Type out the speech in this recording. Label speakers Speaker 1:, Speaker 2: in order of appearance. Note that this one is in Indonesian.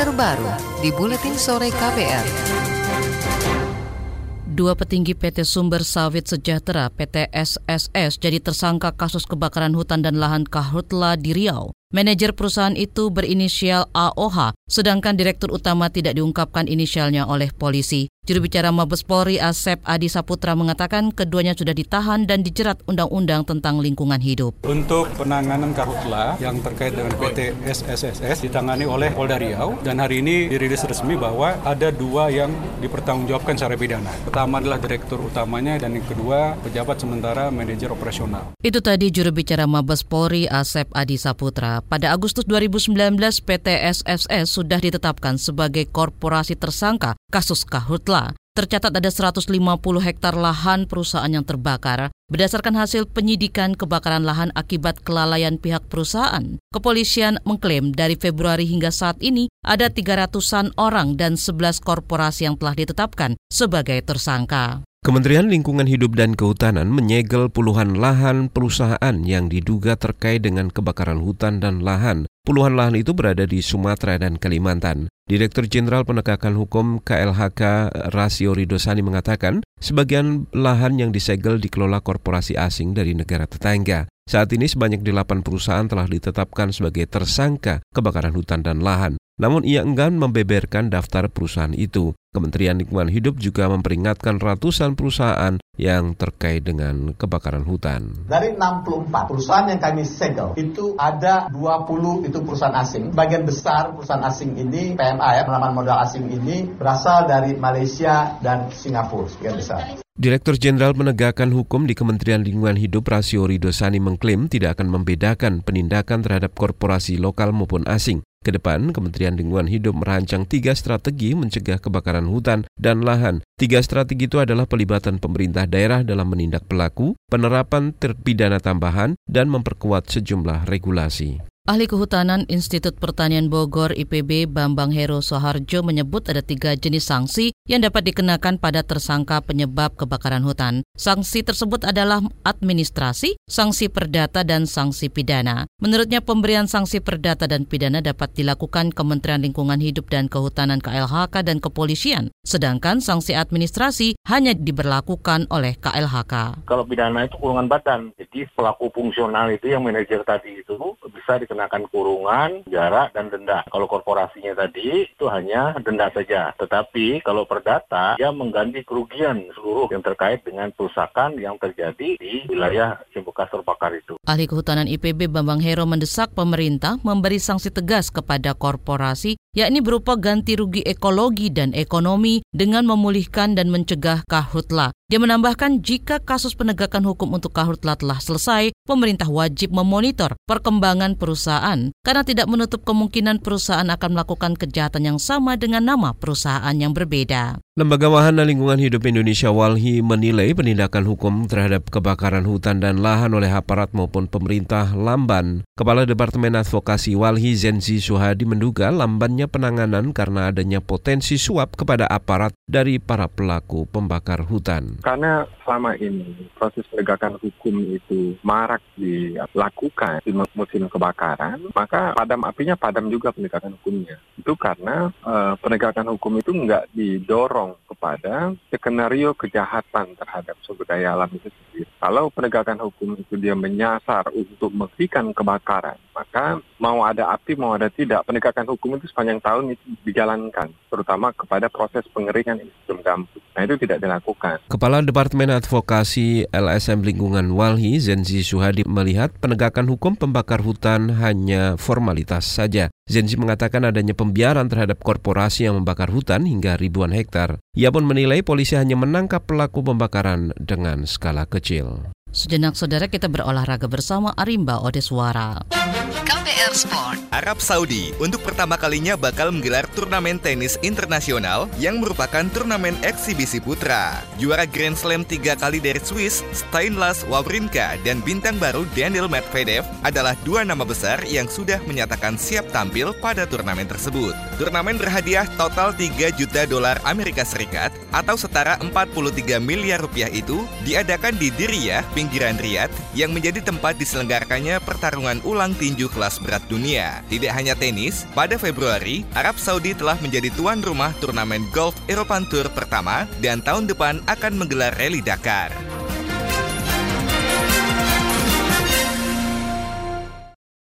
Speaker 1: terbaru di Buletin Sore KBR.
Speaker 2: Dua petinggi PT Sumber Sawit Sejahtera PT SSS jadi tersangka kasus kebakaran hutan dan lahan Karhutla di Riau. Manajer perusahaan itu berinisial AOH, sedangkan direktur utama tidak diungkapkan inisialnya oleh polisi. Juru bicara Mabes Polri Asep Adi Saputra mengatakan keduanya sudah ditahan dan dijerat Undang-Undang tentang Lingkungan Hidup.
Speaker 3: Untuk penanganan Karhutla yang terkait dengan PT SSS ditangani oleh Polda Riau dan hari ini dirilis resmi bahwa ada dua yang dipertanggungjawabkan secara pidana. Pertama adalah direktur utamanya dan yang kedua pejabat sementara manajer operasional.
Speaker 2: Itu tadi juru bicara Mabes Polri Asep Adi Saputra. Pada Agustus 2019, PT SSS sudah ditetapkan sebagai korporasi tersangka kasus Karhutla. Tercatat ada 150 hektar lahan perusahaan yang terbakar berdasarkan hasil penyidikan kebakaran lahan akibat kelalaian pihak perusahaan. Kepolisian mengklaim dari Februari hingga saat ini ada 300-an orang dan 11 korporasi yang telah ditetapkan sebagai tersangka.
Speaker 4: Kementerian Lingkungan Hidup dan Kehutanan menyegel puluhan lahan perusahaan yang diduga terkait dengan kebakaran hutan dan lahan. Puluhan lahan itu berada di Sumatera dan Kalimantan. Direktur Jenderal Penegakan Hukum KLHK Rasio Ridosani mengatakan sebagian lahan yang disegel dikelola korporasi asing dari negara tetangga. Saat ini sebanyak 8 perusahaan telah ditetapkan sebagai tersangka kebakaran hutan dan lahan. Namun ia enggan membeberkan daftar perusahaan itu. Kementerian Lingkungan Hidup juga memperingatkan ratusan perusahaan yang terkait dengan kebakaran hutan.
Speaker 5: Dari 64 perusahaan yang kami segel, itu ada 20 itu perusahaan asing. Bagian besar perusahaan asing ini, PMA penanaman modal asing ini, berasal dari Malaysia dan Singapura, sebagian besar.
Speaker 4: Direktur Jenderal Penegakan Hukum di Kementerian Lingkungan Hidup Rasio Ridosani mengklaim tidak akan membedakan penindakan terhadap korporasi lokal maupun asing. Kedepan, Kementerian Lingkungan Hidup merancang 3 strategi mencegah kebakaran hutan dan lahan. 3 strategi itu adalah pelibatan pemerintah daerah dalam menindak pelaku, penerapan terpidana tambahan, dan memperkuat sejumlah regulasi.
Speaker 2: Ahli Kehutanan Institut Pertanian Bogor IPB Bambang Hero Soharjo menyebut ada 3 jenis sanksi yang dapat dikenakan pada tersangka penyebab kebakaran hutan. Sanksi tersebut adalah administrasi, sanksi perdata, dan sanksi pidana. Menurutnya pemberian sanksi perdata dan pidana dapat dilakukan Kementerian Lingkungan Hidup dan Kehutanan KLHK dan Kepolisian, sedangkan sanksi administrasi hanya diberlakukan oleh KLHK.
Speaker 6: Kalau pidana itu kurungan badan, jadi pelaku fungsional itu yang manajer tadi itu bisa dikenakan kurungan, penjara, dan denda. Kalau korporasinya tadi itu hanya denda saja. Tetapi kalau perdata, dia mengganti kerugian seluruh yang terkait dengan kerusakan yang terjadi di wilayah yang bekas terbakar itu.
Speaker 2: Ahli Kehutanan IPB Bambang Hero mendesak pemerintah memberi sanksi tegas kepada korporasi, yakni berupa ganti rugi ekologi dan ekonomi dengan memulihkan dan mencegah Karhutla. Dia menambahkan jika kasus penegakan hukum untuk Karhutla telah selesai, pemerintah wajib memonitor perkembangan perusahaan karena tidak menutup kemungkinan perusahaan akan melakukan kejahatan yang sama dengan nama perusahaan yang berbeda.
Speaker 4: Lembaga Wahana Lingkungan Hidup Indonesia WALHI menilai penindakan hukum terhadap kebakaran hutan dan lahan oleh aparat maupun pemerintah lamban. Kepala Departemen Advokasi WALHI Zenzi Suhadi menduga lambannya penanganan karena adanya potensi suap kepada aparat dari para pelaku pembakar hutan.
Speaker 7: Karena selama ini proses penegakan hukum itu marak dilakukan di musim kebakaran, maka padam juga penegakan hukumnya. Itu karena penegakan hukum itu nggak didorong kepada skenario kejahatan terhadap sumber daya alam itu sendiri. Kalau penegakan hukum itu dia menyasar untuk menghentikan kebakaran, maka mau ada api mau ada tidak, penegakan hukum itu sepanjang tahun itu dijalankan, terutama kepada proses pengeringan sistem gambut. Nah itu tidak dilakukan.
Speaker 4: Kepala Departemen Advokasi LSM Lingkungan WALHI Zenzi Suhadi melihat penegakan hukum pembakar hutan hanya formalitas saja. Zenzi mengatakan adanya pembiaran terhadap korporasi yang membakar hutan hingga ribuan hektar. Ia pun menilai polisi hanya menangkap pelaku pembakaran dengan skala kecil.
Speaker 2: Sejenak saudara, kita berolahraga bersama Arimba Odeswara.
Speaker 1: KBR Sport.
Speaker 8: Arab Saudi untuk pertama kalinya bakal menggelar turnamen tenis internasional yang merupakan turnamen eksibisi putra. Juara Grand Slam 3 kali dari Swiss, Stanislas Wawrinka, dan bintang baru Daniil Medvedev adalah 2 nama besar yang sudah menyatakan siap tampil pada turnamen tersebut. Turnamen berhadiah total $3 juta Amerika Serikat atau setara 43 miliar rupiah itu diadakan di Diriyah, pinggiran Riyadh, yang menjadi tempat diselenggarakannya pertarungan ulang tinju kelas berat terberat dunia. Tidak hanya tenis, pada Februari, Arab Saudi telah menjadi tuan rumah turnamen golf European Tour pertama dan tahun depan akan menggelar Rally Dakar.